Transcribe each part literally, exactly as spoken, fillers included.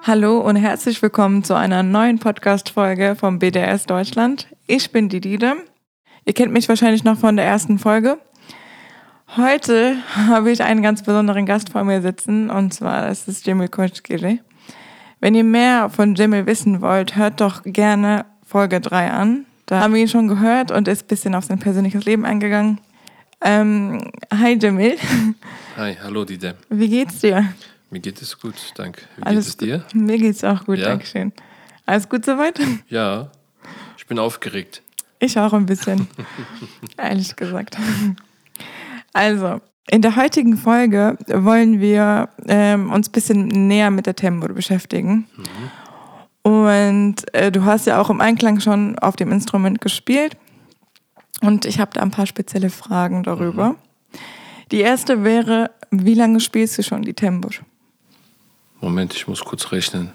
Hallo und herzlich willkommen zu einer neuen Podcast-Folge vom B D S Deutschland. Ich bin die Dide. Ihr kennt mich wahrscheinlich noch von der ersten Folge. Heute habe ich einen ganz besonderen Gast vor mir sitzen, und zwar das ist Cemil Koçgiri. Wenn ihr mehr von Cemil wissen wollt, hört doch gerne Folge drei an. Da haben wir ihn schon gehört und ist ein bisschen auf sein persönliches Leben eingegangen. Ähm, hi Cemil. Hi, hallo Dide. Wie geht's dir? Mir geht es gut, danke. Wie Alles geht es dir? Gut. Mir geht's auch gut, ja? Dankeschön. Alles gut soweit? Ja, ich bin aufgeregt. Ich auch ein bisschen, ehrlich gesagt. Also, in der heutigen Folge wollen wir ähm, uns ein bisschen näher mit der Tambur beschäftigen. Mhm. Und äh, du hast ja auch im Einklang schon auf dem Instrument gespielt. Und ich habe da ein paar spezielle Fragen darüber. Mhm. Die erste wäre, wie lange spielst du schon die Tambur? Moment, ich muss kurz rechnen.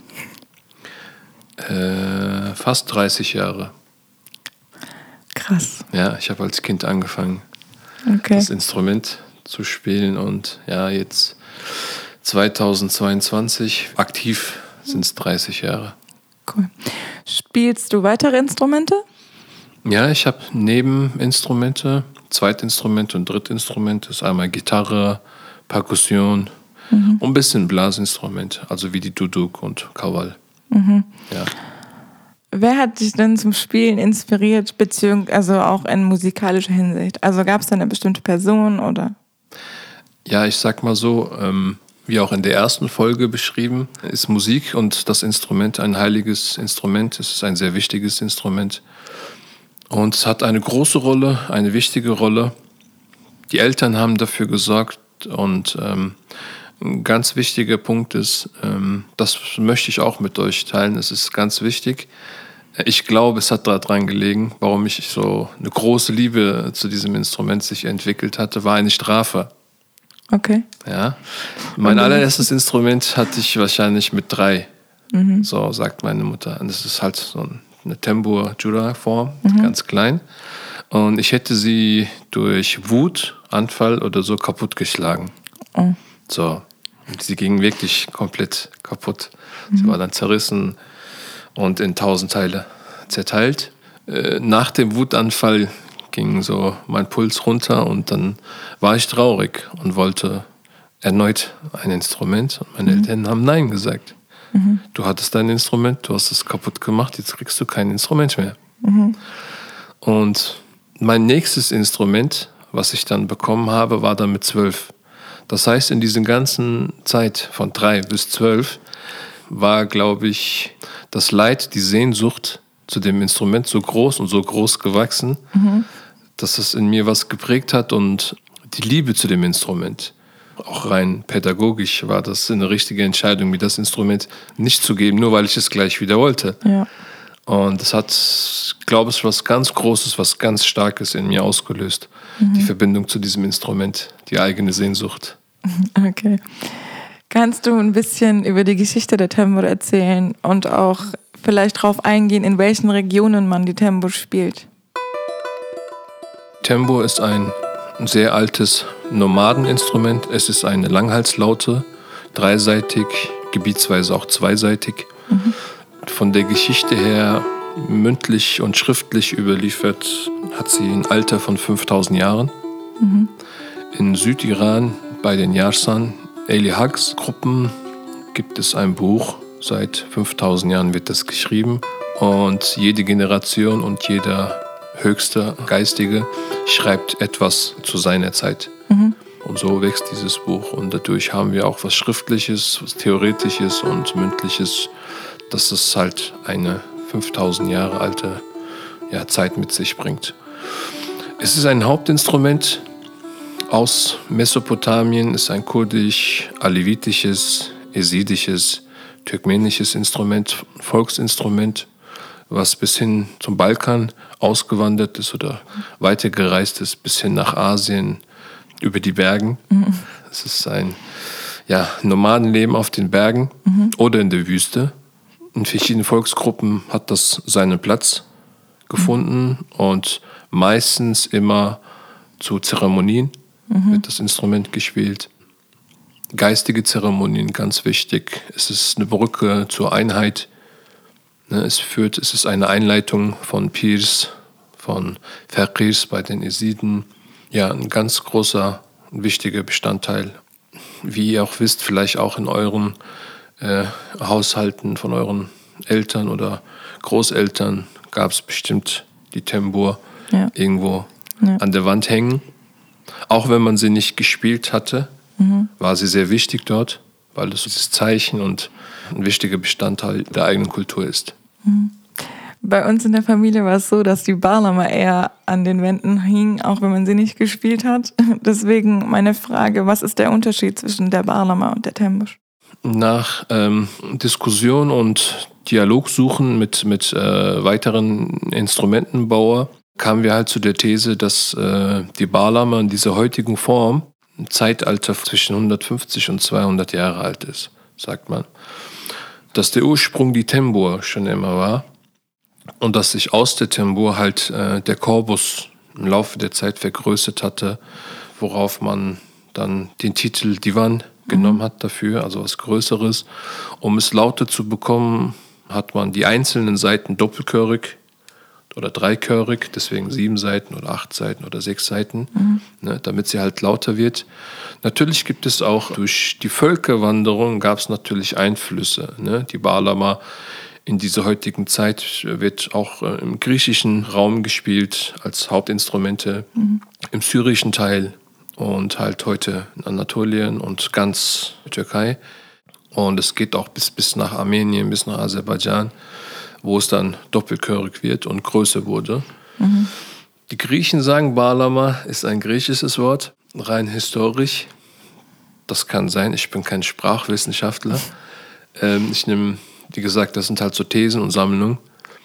Äh, fast dreißig Jahre. Krass. Ja, ich habe als Kind angefangen, okay. das Instrument zu spielen. Und ja, jetzt zweitausendzweiundzwanzig, aktiv sind es dreißig Jahre. Cool. Spielst du weitere Instrumente? Ja, ich habe Nebeninstrumente, Zweitinstrumente und Drittinstrumente. Das ist einmal Gitarre, Perkussion, mhm. und ein bisschen Blasinstrument, also wie die Duduk und Kawal. Mhm. Ja. Wer hat dich denn zum Spielen inspiriert, beziehungsweise also auch in musikalischer Hinsicht? Also gab es da eine bestimmte Person oder? Ja, ich sag mal so, ähm, wie auch in der ersten Folge beschrieben, ist Musik und das Instrument ein heiliges Instrument. Es ist ein sehr wichtiges Instrument. Und es hat eine große Rolle, eine wichtige Rolle. Die Eltern haben dafür gesorgt und ähm, ein ganz wichtiger Punkt ist, ähm, das möchte ich auch mit euch teilen, es ist ganz wichtig. Ich glaube, es hat daran gelegen, warum ich so eine große Liebe zu diesem Instrument sich entwickelt hatte, war eine Strafe. Okay. Ja. Mein allererstes Instrument hatte ich wahrscheinlich mit drei, mhm. so sagt meine Mutter. Und das ist halt so eine Tambur-Jura-Form, mhm. ganz klein. Und ich hätte sie durch Wut, Anfall oder so kaputtgeschlagen. Oh. So. Und sie ging wirklich komplett kaputt. Mhm. Sie war dann zerrissen und in tausend Teile zerteilt. Äh, nach dem Wutanfall ging so mein Puls runter und dann war ich traurig und wollte erneut ein Instrument. Und meine mhm. Eltern haben Nein gesagt. Mhm. Du hattest dein Instrument, du hast es kaputt gemacht, jetzt kriegst du kein Instrument mehr. Mhm. Und mein nächstes Instrument, was ich dann bekommen habe, war dann mit zwölf. Das heißt, in dieser ganzen Zeit von drei bis zwölf war, glaube ich, das Leid, die Sehnsucht zu dem Instrument so groß und so groß gewachsen, mhm. dass es in mir was geprägt hat und die Liebe zu dem Instrument. Auch rein pädagogisch war das eine richtige Entscheidung, mir das Instrument nicht zu geben, nur weil ich es gleich wieder wollte. Ja. Und das hat, glaube ich, was ganz Großes, was ganz Starkes in mir ausgelöst. Mhm. Die Verbindung zu diesem Instrument, die eigene Sehnsucht. Okay. Kannst du ein bisschen über die Geschichte der Tambur erzählen und auch vielleicht darauf eingehen, in welchen Regionen man die Tambur spielt? Tambur ist ein sehr altes Nomadeninstrument. Es ist eine Langhalslaute, dreiseitig, gebietsweise auch zweiseitig. Mhm. Von der Geschichte her mündlich und schriftlich überliefert hat sie ein Alter von fünftausend Jahren. Mhm. In Südiran bei den Yarsan Eli Hags Gruppen gibt es ein Buch. Seit fünftausend Jahren wird das geschrieben. Und jede Generation und jeder höchste Geistige schreibt etwas zu seiner Zeit. Mhm. Und so wächst dieses Buch. Und dadurch haben wir auch was Schriftliches, was Theoretisches und Mündliches, dass es halt eine fünftausend Jahre alte ja, Zeit mit sich bringt. Es ist ein Hauptinstrument aus Mesopotamien, ist ein kurdisch, alevitisches, esidisches, türkmenisches Instrument, Volksinstrument, was bis hin zum Balkan ausgewandert ist oder weitergereist ist, bis hin nach Asien, über die Bergen. Mhm. Es ist ein ja, Nomadenleben auf den Bergen mhm. oder in der Wüste. In verschiedenen Volksgruppen hat das seinen Platz gefunden mhm. und meistens immer zu Zeremonien mhm. wird das Instrument gespielt. geistige Zeremonien, ganz wichtig. Es ist eine Brücke zur Einheit. Es führt, es ist eine Einleitung von Pirs, von Faqirs bei den Jesiden. Ja, ein ganz großer, wichtiger Bestandteil. Wie ihr auch wisst, vielleicht auch in euren äh, Haushalten von euren Eltern oder Großeltern gab es bestimmt die Tembur ja. irgendwo ja. an der Wand hängen. Auch wenn man sie nicht gespielt hatte, mhm. war sie sehr wichtig dort, weil es dieses Zeichen und ein wichtiger Bestandteil der eigenen Kultur ist. Mhm. Bei uns in der Familie war es so, dass die Bağlama eher an den Wänden hing, auch wenn man sie nicht gespielt hat. Deswegen meine Frage, was ist der Unterschied zwischen der Bağlama und der Tembur? Nach ähm, Diskussion und Dialogsuchen mit, mit äh, weiteren Instrumentenbauern kamen wir halt zu der These, dass äh, die Bağlama in dieser heutigen Form ein Zeitalter zwischen hundertfünfzig und zweihundert Jahre alt ist, sagt man. Dass der Ursprung die Tembur schon immer war und dass sich aus der Tembur halt äh, der Korpus im Laufe der Zeit vergrößert hatte, worauf man dann den Titel Divan genommen mhm. hat dafür, also was Größeres. Um es lauter zu bekommen, hat man die einzelnen Saiten doppelchörig oder dreichörig, deswegen sieben Saiten oder acht Saiten oder sechs Saiten, mhm. ne, damit sie halt lauter wird. Natürlich gibt es auch durch die Völkerwanderung gab es natürlich Einflüsse. Ne? Die Bağlama in dieser heutigen Zeit wird auch äh, im griechischen Raum gespielt als Hauptinstrumente, mhm. im syrischen Teil und halt heute in Anatolien und ganz Türkei. Und es geht auch bis, bis nach Armenien, bis nach Aserbaidschan, wo es dann doppelchörig wird und größer wurde. Mhm. Die Griechen sagen, Bağlama ist ein griechisches Wort, rein historisch. Das kann sein, ich bin kein Sprachwissenschaftler. ähm, ich nehme, wie gesagt, das sind halt so Thesen und Sammlungen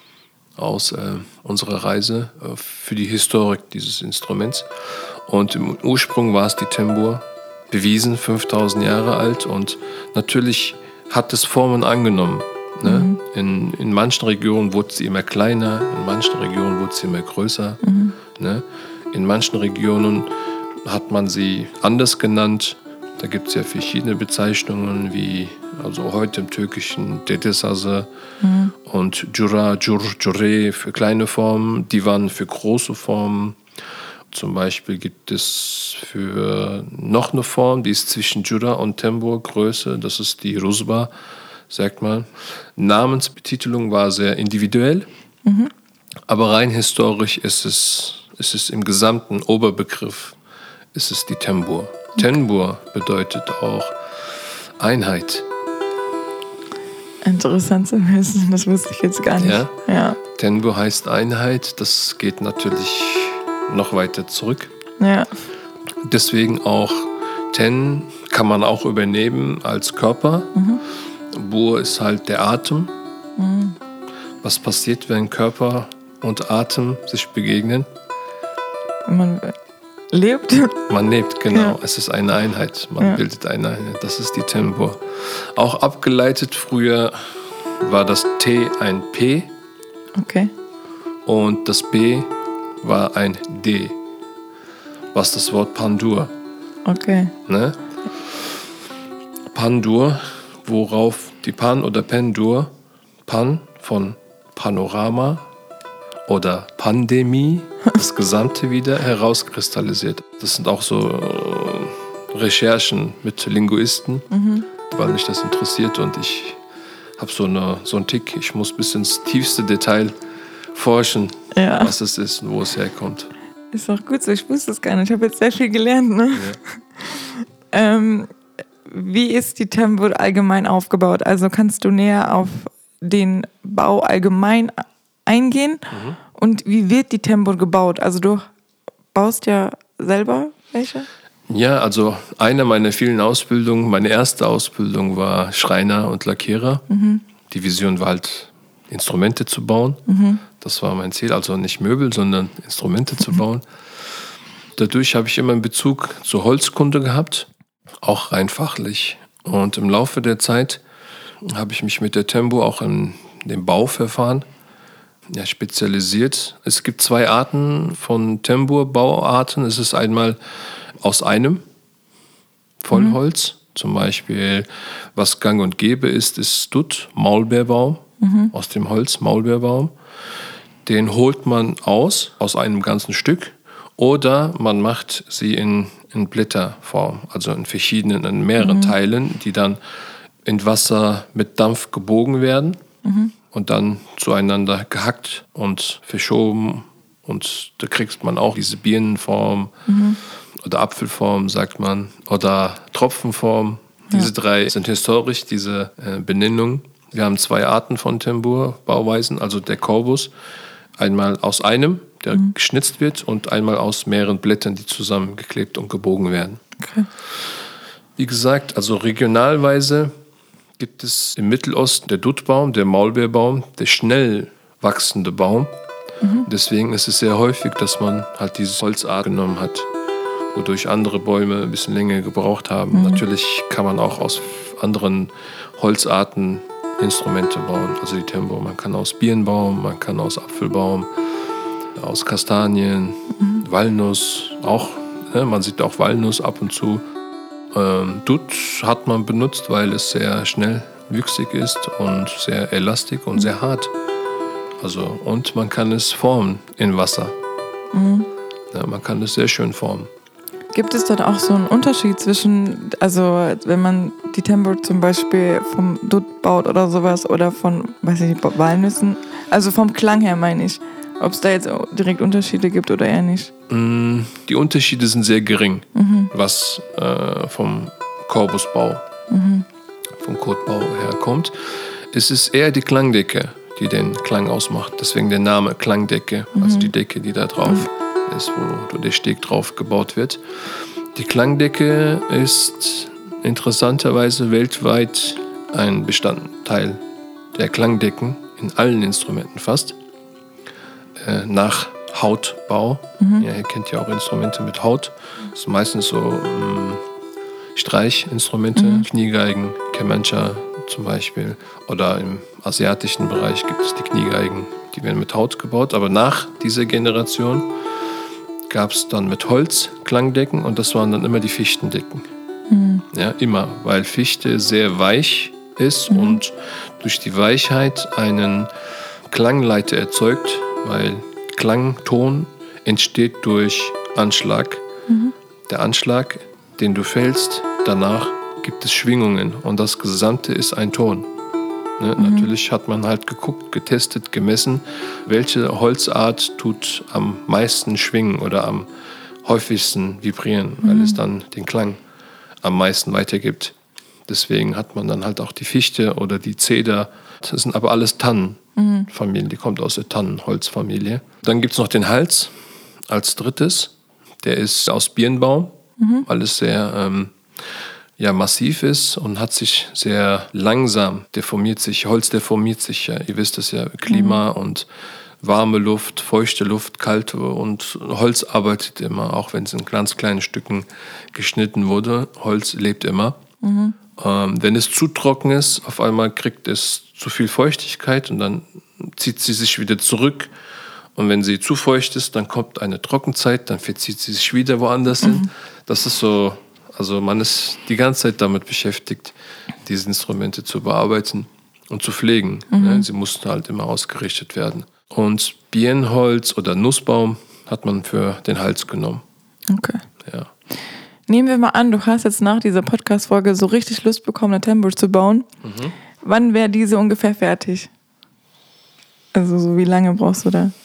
aus äh, unserer Reise äh, für die Historik dieses Instruments. Und im Ursprung war es die Tembur, bewiesen, fünftausend Jahre alt. Und natürlich hat es Formen angenommen. Ne? Mhm. In, in manchen Regionen wurde sie immer kleiner, in manchen Regionen wurde sie immer größer. Mhm. Ne? In manchen Regionen hat man sie anders genannt. Da gibt es ja verschiedene Bezeichnungen, wie also heute im Türkischen Dedesase mhm. und Jura, Jur, Jure für kleine Formen, Divan für große Formen. Zum Beispiel gibt es für noch eine Form, die ist zwischen Jura und Tembur Größe, das ist die Rusba, sagt man. Namensbetitelung war sehr individuell, mhm. aber rein historisch ist es, ist es im gesamten Oberbegriff ist es die Tembur. Okay. Tembur bedeutet auch Einheit. Interessant zu wissen, das wusste ich jetzt gar nicht. Ja? Ja. Tembur heißt Einheit, das geht natürlich noch weiter zurück. Ja. Deswegen auch Ten kann man auch übernehmen als Körper. Mhm. Bur ist halt der Atem. Mhm. Was passiert, wenn Körper und Atem sich begegnen? Man lebt. Man lebt, genau. Ja. Es ist eine Einheit. Man ja. bildet eine Einheit. Das ist die Tembur. Auch abgeleitet früher war das T ein P. Okay. Und das B war ein D, was das Wort Pandur. Okay. Ne? Pandur, worauf die Pan oder Pendur, Pan von Panorama oder Pandemie, das Gesamte wieder herauskristallisiert. Das sind auch so äh, Recherchen mit Linguisten, mhm. weil mich das interessiert und ich habe so, eine, so einen Tick, ich muss bis ins tiefste Detail forschen, ja. was es ist und wo es herkommt. Ist auch gut so, ich wusste es gar nicht. Ich habe jetzt sehr viel gelernt. Ne? Ja. ähm, wie ist die Tembur allgemein aufgebaut? Also kannst du näher auf den Bau allgemein eingehen? Mhm. Und wie wird die Tembur gebaut? Also du baust ja selber welche? Ja, also eine meiner vielen Ausbildungen, meine erste Ausbildung war Schreiner und Lackierer. Mhm. Die Vision war halt, Instrumente zu bauen. Mhm. Das war mein Ziel, also nicht Möbel, sondern Instrumente zu bauen. Dadurch habe ich immer einen Bezug zur Holzkunde gehabt, auch rein fachlich. Und im Laufe der Zeit habe ich mich mit der Tembur auch in dem Bauverfahren ja, spezialisiert. Es gibt zwei Arten von Tembur-Bauarten. Es ist einmal aus einem Vollholz, Zum Beispiel, was gang und gäbe ist, ist Dut, Maulbeerbaum, mhm. aus dem Holz, Maulbeerbaum. Den holt man aus, aus einem ganzen Stück. Oder man macht sie in, in Blätterform, also in verschiedenen, in mehreren mhm. Teilen, die dann in Wasser mit Dampf gebogen werden mhm. und dann zueinander gehackt und verschoben. Und da kriegt man auch diese Birnenform mhm. oder Apfelform, sagt man, oder Tropfenform. Diese ja. drei sind historisch, diese äh, Benennungen. Wir haben zwei Arten von Tambour-Bauweisen, also der Korbus. Einmal aus einem, der mhm. geschnitzt wird, und einmal aus mehreren Blättern, die zusammengeklebt und gebogen werden. Okay. Wie gesagt, also regionalweise gibt es im Mittelosten der Dutbaum, der Maulbeerbaum, der schnell wachsende Baum. Mhm. Deswegen ist es sehr häufig, dass man halt diese Holzart genommen hat, wodurch andere Bäume ein bisschen länger gebraucht haben. Mhm. Natürlich kann man auch aus anderen Holzarten Instrumente bauen, also die Tambour. Man kann aus Birnbaum, man kann aus Apfelbaum, aus Kastanien, mhm. Walnuss auch. Ne? Man sieht auch Walnuss ab und zu. Ähm, Dut hat man benutzt, weil es sehr schnell wüchsig ist und sehr elastisch und sehr hart. Also, und man kann es formen in Wasser. Mhm. Ja, man kann es sehr schön formen. Gibt es dort auch so einen Unterschied zwischen, also wenn man die Tambour zum Beispiel vom Dut baut oder sowas oder von, weiß ich nicht, Walnüssen, also vom Klang her meine ich, ob es da jetzt direkt Unterschiede gibt oder eher nicht? Die Unterschiede sind sehr gering, mhm. was äh, vom Korbusbau, mhm. vom Kotbau herkommt. Es ist eher die Klangdecke, die den Klang ausmacht, deswegen der Name Klangdecke, mhm. also die Decke, die da drauf mhm. ist, wo der Steg drauf gebaut wird. Die Klangdecke ist interessanterweise weltweit ein Bestandteil der Klangdecken in allen Instrumenten fast. Äh, nach Hautbau. Mhm. Ja, ihr kennt ja auch Instrumente mit Haut. Das sind meistens so ähm, Streichinstrumente, mhm. Kniegeigen, Kemancha zum Beispiel. Oder im asiatischen Bereich gibt es die Kniegeigen, die werden mit Haut gebaut. Aber nach dieser Generation gab es dann mit Holz Klangdecken und das waren dann immer die Fichtendecken. Mhm. Ja, immer, weil Fichte sehr weich ist mhm. und durch die Weichheit einen Klangleiter erzeugt, weil Klangton entsteht durch Anschlag. Mhm. Der Anschlag, den du fällst, danach gibt es Schwingungen und das Gesamte ist ein Ton. Ne? Mhm. Natürlich hat man halt geguckt, getestet, gemessen, welche Holzart tut am meisten schwingen oder am häufigsten vibrieren, mhm. weil es dann den Klang am meisten weitergibt. Deswegen hat man dann halt auch die Fichte oder die Zeder. Das sind aber alles Tannenfamilien, die kommt aus der Tannenholzfamilie. Dann gibt es noch den Hals als drittes. Der ist aus Birnbaum, mhm. weil es sehr ähm, ja, massiv ist und hat sich sehr langsam deformiert sich. Holz deformiert sich ja, ihr wisst es ja, Klima mhm. und warme Luft, feuchte Luft, kalte, und Holz arbeitet immer, auch wenn es in ganz kleinen Stücken geschnitten wurde. Holz lebt immer. Mhm. Ähm, wenn es zu trocken ist, auf einmal kriegt es zu viel Feuchtigkeit und dann zieht sie sich wieder zurück. Und wenn sie zu feucht ist, dann kommt eine Trockenzeit, dann verzieht sie sich wieder woanders mhm. hin. Das ist so, also man ist die ganze Zeit damit beschäftigt, diese Instrumente zu bearbeiten und zu pflegen. Mhm. Ne? Sie mussten halt immer ausgerichtet werden. Und Birnholz oder Nussbaum hat man für den Hals genommen. Okay. Ja. Nehmen wir mal an, du hast jetzt nach dieser Podcast-Folge so richtig Lust bekommen, eine Tambour zu bauen. Mhm. Wann wäre diese ungefähr fertig? Also so wie lange brauchst du da?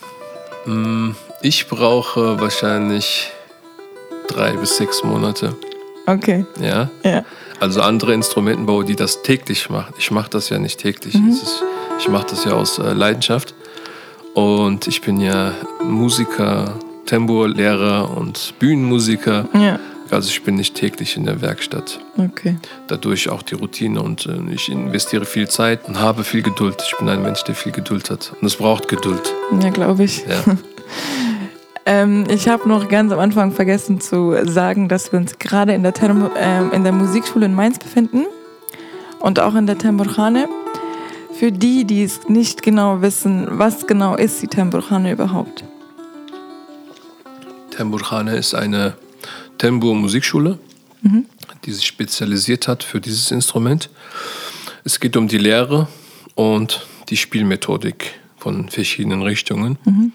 Ich brauche wahrscheinlich drei bis sechs Monate. Okay. Ja? Ja. Also andere Instrumentenbauer, die das täglich machen. Ich mache das ja nicht täglich. Mhm. Es ist, ich mache das ja aus äh, Leidenschaft. Und ich bin ja Musiker, Tambour-Lehrer und Bühnenmusiker. Ja. Also ich bin nicht täglich in der Werkstatt. Okay. Dadurch auch die Routine und äh, ich investiere viel Zeit und habe viel Geduld. Ich bin ein Mensch, der viel Geduld hat. Und es braucht Geduld. Ja, glaube ich. Ja. ähm, ich habe noch ganz am Anfang vergessen zu sagen, dass wir uns gerade in der, Term- äh, in der Musikschule in Mainz befinden und auch in der Tambourkhane. Für die, die es nicht genau wissen, was genau ist die Tambourkhane überhaupt? Tambourkhane ist eine Tambour-Musikschule, mhm. die sich spezialisiert hat für dieses Instrument. Es geht um die Lehre und die Spielmethodik von verschiedenen Richtungen. Mhm.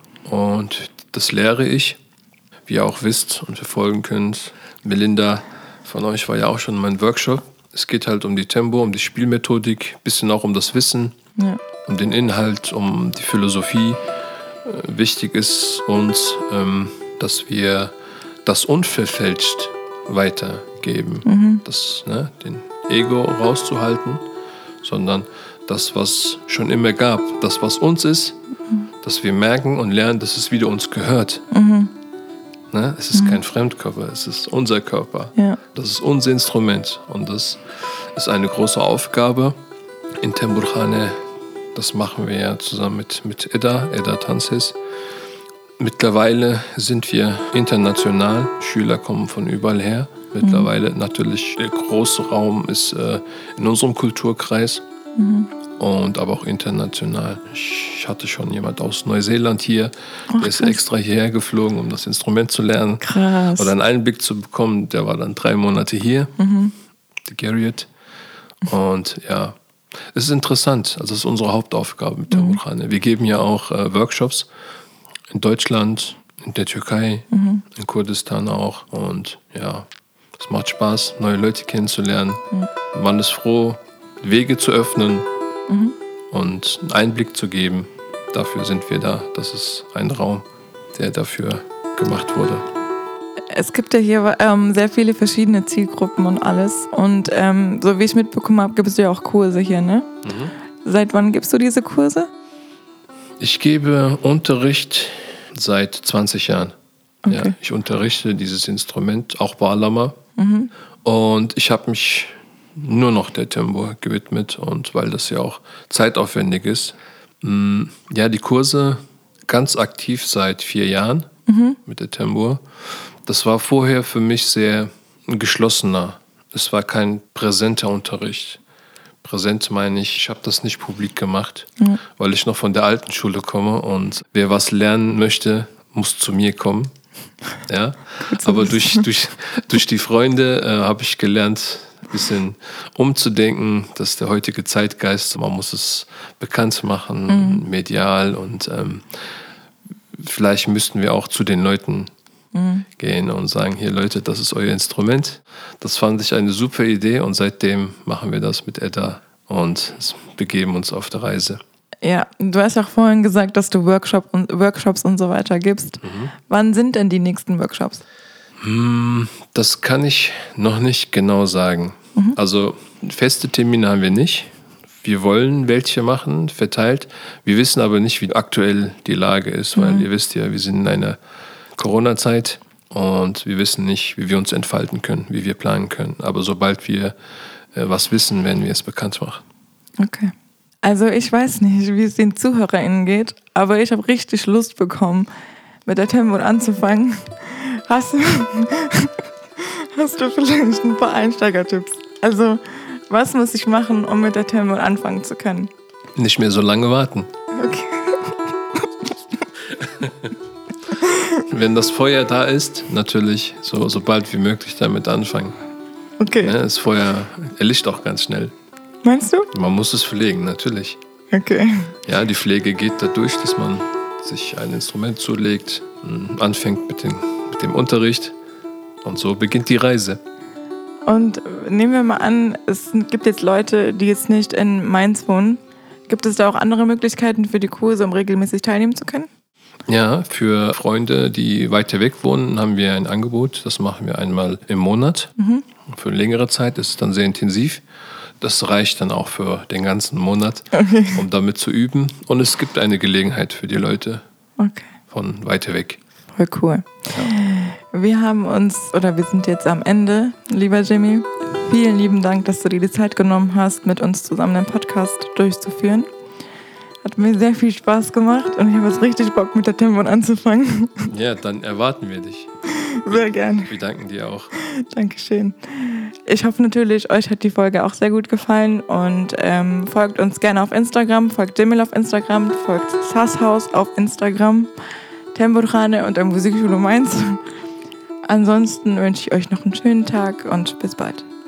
Und das lehre ich, wie ihr auch wisst und verfolgen könnt. Melinda von euch war ja auch schon in meinem Workshop. Es geht halt um die Tembo, um die Spielmethodik, ein bisschen auch um das Wissen, ja. um den Inhalt, um die Philosophie. Äh, wichtig ist uns, ähm, dass wir das unverfälscht weitergeben. Mhm. Das, ne, den Ego rauszuhalten, sondern das, was schon immer gab, das, was uns ist, mhm. dass wir merken und lernen, dass es wieder uns gehört. Mhm. Ne? Es ist mhm. kein Fremdkörper, es ist unser Körper. Ja. Das ist unser Instrument und das ist eine große Aufgabe. In Temburkhane, das machen wir ja zusammen mit, mit Eda, Eda Tanses. Mittlerweile sind wir international, Schüler kommen von überall her. Mittlerweile mhm. natürlich der große Raum ist äh, in unserem Kulturkreis mhm. und aber auch international. Ich hatte schon jemand aus Neuseeland hier, Ach, der ist krass. extra hierher geflogen, um das Instrument zu lernen krass. oder einen Einblick zu bekommen. Der war dann drei Monate hier, mhm. der Garriott. Und ja, es ist interessant. Also es ist unsere Hauptaufgabe mit Temburkhane. Mhm. Wir geben ja auch äh, Workshops in Deutschland, in der Türkei, mhm. in Kurdistan auch. Und ja, es macht Spaß, neue Leute kennenzulernen. Mhm. Man ist froh, Wege zu öffnen mhm. und einen Einblick zu geben. Dafür sind wir da. Das ist ein Raum, der dafür gemacht wurde. Es gibt ja hier ähm, sehr viele verschiedene Zielgruppen und alles. Und ähm, so wie ich mitbekommen habe, gibt es ja auch Kurse hier, ne? Mhm. Seit wann gibst du diese Kurse? Ich gebe Unterricht seit zwanzig Jahren. Okay. Ja, ich unterrichte dieses Instrument, auch Bağlama. Mhm. Und ich habe mich nur noch der Tembo gewidmet. Und weil das ja auch zeitaufwendig ist. Mh, ja, die Kurse ganz aktiv seit vier Jahren mhm. mit der Tembo. Das war vorher für mich sehr geschlossener. Es war kein präsenter Unterricht. Präsent meine ich, ich habe das nicht publik gemacht, mhm. weil ich noch von der alten Schule komme und wer was lernen möchte, muss zu mir kommen. Ja? Aber durch, durch, durch die Freunde äh, habe ich gelernt, ein bisschen umzudenken, dass der heutige Zeitgeist, man muss es bekannt machen, mhm. medial und ähm, vielleicht müssten wir auch zu den Leuten mhm. gehen und sagen, hier Leute, das ist euer Instrument. Das fand ich eine super Idee und seitdem machen wir das mit Eda und begeben uns auf der Reise. Ja, du hast ja auch vorhin gesagt, dass du Workshop und, Workshops und so weiter gibst. Mhm. Wann sind denn die nächsten Workshops? Das kann ich noch nicht genau sagen. Mhm. Also feste Termine haben wir nicht. Wir wollen welche machen, verteilt. Wir wissen aber nicht, wie aktuell die Lage ist, weil mhm. ihr wisst ja, wir sind in einer Corona-Zeit und wir wissen nicht, wie wir uns entfalten können, wie wir planen können. Aber sobald wir äh, was wissen, werden wir es bekannt machen. Okay. Also ich weiß nicht, wie es den ZuhörerInnen geht, aber ich habe richtig Lust bekommen, mit der Tembo anzufangen. Hast du, hast du vielleicht ein paar Einsteigertipps? Also was muss ich machen, um mit der Tembo anfangen zu können? Nicht mehr so lange warten. Okay. Wenn das Feuer da ist, natürlich so, so bald wie möglich damit anfangen. Okay. Ja, das Feuer erlischt auch ganz schnell. Meinst du? Man muss es pflegen, natürlich. Okay. Ja, die Pflege geht dadurch, dass man sich ein Instrument zulegt, anfängt mit dem, mit dem Unterricht und so beginnt die Reise. Und nehmen wir mal an, es gibt jetzt Leute, die jetzt nicht in Mainz wohnen. Gibt es da auch andere Möglichkeiten für die Kurse, um regelmäßig teilnehmen zu können? Ja, für Freunde, die weiter weg wohnen, haben wir ein Angebot. Das machen wir einmal im Monat. Mhm. Für eine längere Zeit ist es dann sehr intensiv. Das reicht dann auch für den ganzen Monat, okay. um damit zu üben. Und es gibt eine Gelegenheit für die Leute okay. von weiter weg. Voll cool. Ja. Wir haben uns, oder wir sind jetzt am Ende, lieber Jimmy. Vielen lieben Dank, dass du dir die Zeit genommen hast, mit uns zusammen den Podcast durchzuführen. Hat mir sehr viel Spaß gemacht und ich habe jetzt richtig Bock, mit der Tempo anzufangen. Ja, dann erwarten wir dich. Sehr gerne. Wir danken dir auch. Dankeschön. Ich hoffe natürlich, euch hat die Folge auch sehr gut gefallen und ähm, folgt uns gerne auf Instagram, folgt Demil auf Instagram, folgt Sasshaus auf Instagram, Temburkhane und der Musikschule Mainz. Ansonsten wünsche ich euch noch einen schönen Tag und bis bald.